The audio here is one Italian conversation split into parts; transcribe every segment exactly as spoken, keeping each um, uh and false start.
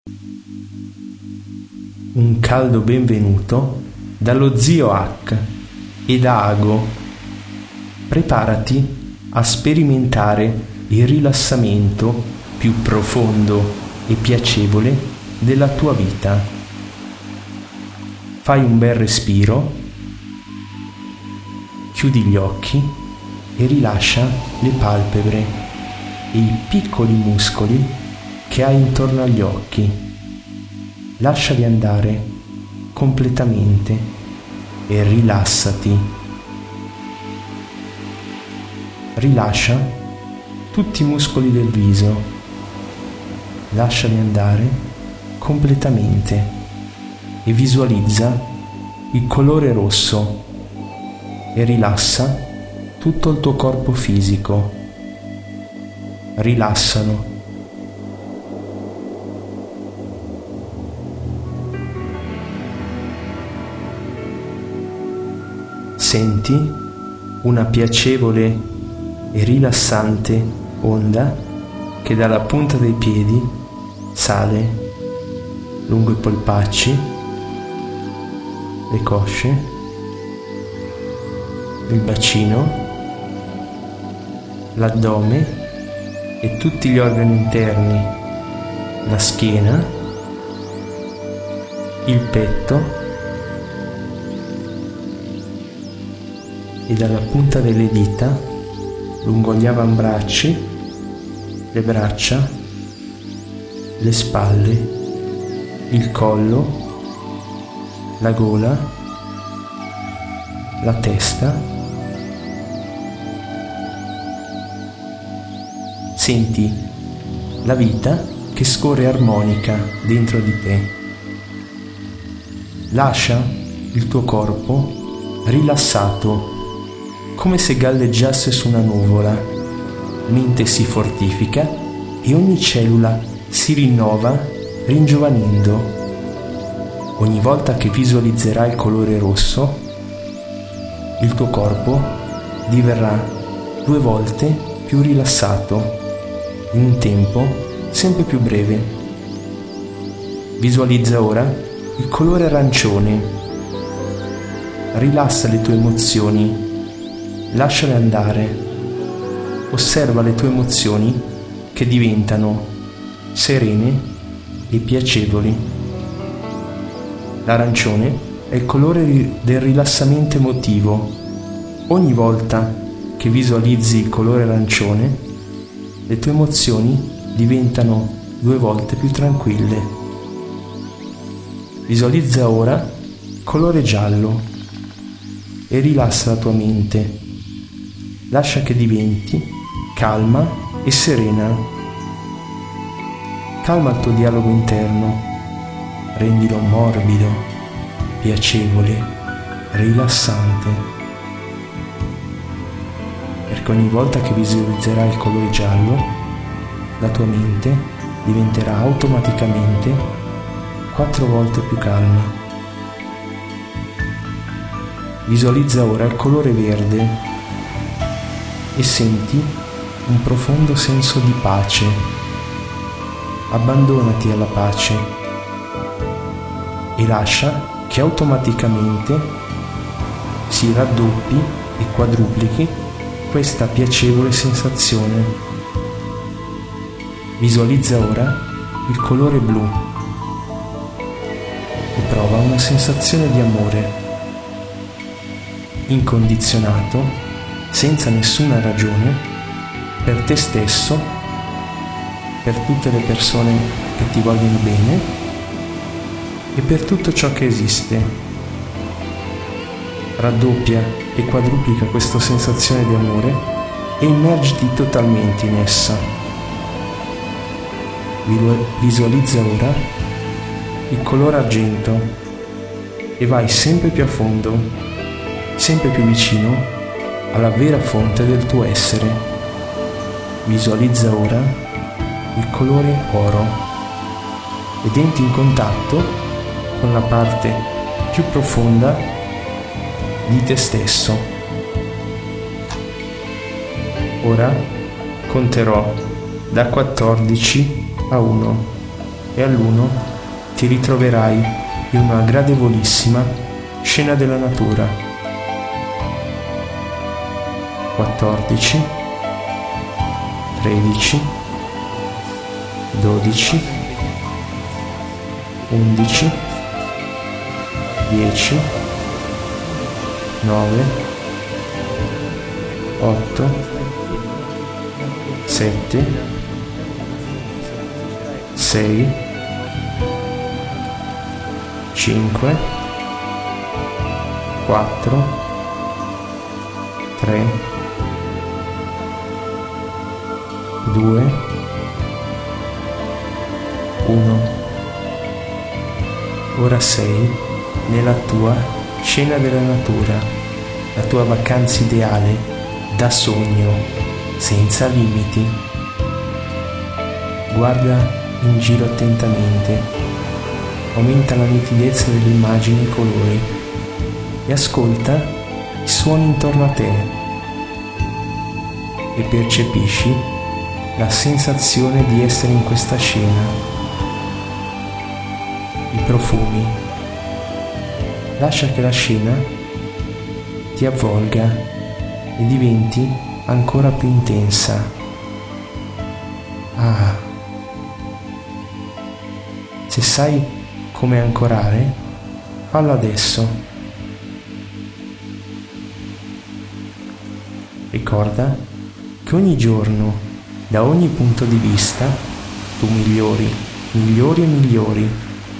Un caldo benvenuto dallo zio Hack e da Ago. Preparati a sperimentare il rilassamento più profondo e piacevole della tua vita. Fai un bel respiro, chiudi gli occhi e rilascia le palpebre e i piccoli muscoli che hai intorno agli occhi. Lasciali andare completamente e rilassati. Rilascia tutti i muscoli del viso. Lasciali andare completamente e visualizza il colore rosso e rilassa tutto il tuo corpo fisico. Rilassalo. Senti una piacevole e rilassante onda che dalla punta dei piedi sale lungo i polpacci, le cosce, il bacino, l'addome e tutti gli organi interni, la schiena, il petto e dalla punta delle dita lungo gli avambracci, le braccia, le spalle, il collo, la gola, la testa. Senti la vita che scorre armonica dentro di te. Lascia il tuo corpo rilassato, come se galleggiasse su una nuvola, mente si fortifica e ogni cellula si rinnova ringiovanendo. Ogni volta che visualizzerai il colore rosso, il tuo corpo diverrà due volte più rilassato, in un tempo sempre più breve. Visualizza ora il colore arancione. Rilassa le tue emozioni. Lasciale andare. Osserva le tue emozioni che diventano serene e piacevoli. L'arancione è il colore del rilassamento emotivo. Ogni volta che visualizzi il colore arancione, le tue emozioni diventano due volte più tranquille. Visualizza ora il colore giallo e rilassa la tua mente. Lascia che diventi calma e serena. Calma il tuo dialogo interno, rendilo morbido, piacevole, rilassante. Perché ogni volta che visualizzerai il colore giallo, la tua mente diventerà automaticamente quattro volte più calma. Visualizza ora il colore verde e senti un profondo senso di pace. Abbandonati alla pace e lascia che automaticamente si raddoppi e quadruplichi questa piacevole sensazione. Visualizza ora il colore blu e prova una sensazione di amore incondizionato, senza nessuna ragione, per te stesso, per tutte le persone che ti vogliono bene e per tutto ciò che esiste. Raddoppia e quadruplica questa sensazione di amore e immergiti totalmente in essa. Visualizza ora il colore argento e vai sempre più a fondo, sempre più vicino alla vera fonte del tuo essere. Visualizza ora il colore oro ed entri in contatto con la parte più profonda di te stesso. Ora conterò da quattordici a uno e all'uno ti ritroverai in una gradevolissima scena della natura. quattordici, tredici, dodici, undici, dieci, nove, otto, sette, sei, cinque, quattro, tre, due, uno. Ora sei nella tua scena della natura, la tua vacanza ideale da sogno, senza limiti. Guarda in giro attentamente, aumenta la nitidezza delle immagini e i colori e ascolta i suoni intorno a te e percepisci la sensazione di essere in questa scena. I profumi. Lascia che la scena ti avvolga e diventi ancora più intensa. Ah. Se sai come ancorare, fallo adesso. Ricorda che ogni giorno, da ogni punto di vista, tu migliori, migliori e migliori.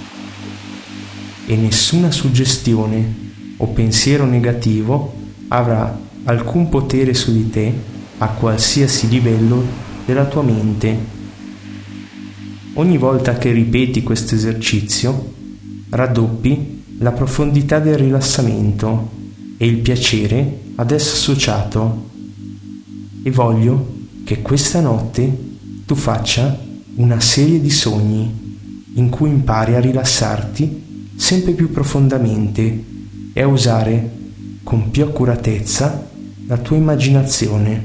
E nessuna suggestione o pensiero negativo avrà alcun potere su di te a qualsiasi livello della tua mente. Ogni volta che ripeti questo esercizio, raddoppi la profondità del rilassamento e il piacere ad esso associato. E voglio che questa notte tu faccia una serie di sogni in cui impari a rilassarti sempre più profondamente e a usare con più accuratezza la tua immaginazione.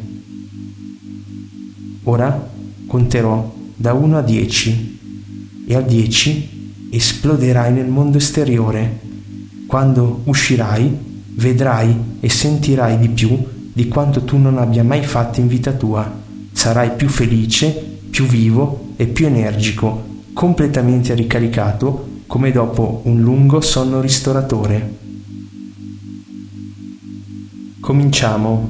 Ora conterò da uno a dieci e al dieci esploderai nel mondo esteriore. Quando uscirai, vedrai e sentirai di più di quanto tu non abbia mai fatto in vita tua. Sarai più felice, più vivo e più energico, completamente ricaricato come dopo un lungo sonno ristoratore. Cominciamo.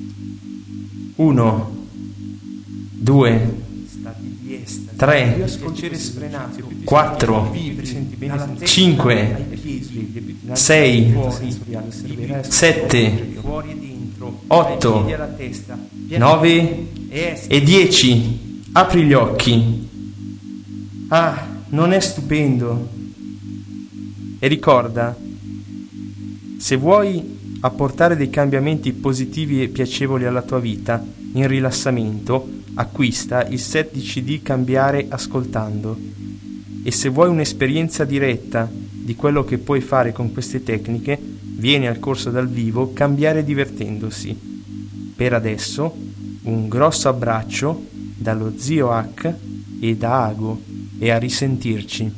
Uno, due, tre, quattro, cinque, sei, sette, otto, nove e dieci. Apri gli occhi. Ah, non è stupendo? E ricorda, se vuoi apportare dei cambiamenti positivi e piacevoli alla tua vita in rilassamento, acquista il set di C D Cambiare Ascoltando. E se vuoi un'esperienza diretta di quello che puoi fare con queste tecniche, vieni al corso dal vivo Cambiare Divertendosi. Per adesso, un grosso abbraccio dallo zio H e da Ago, e a risentirci.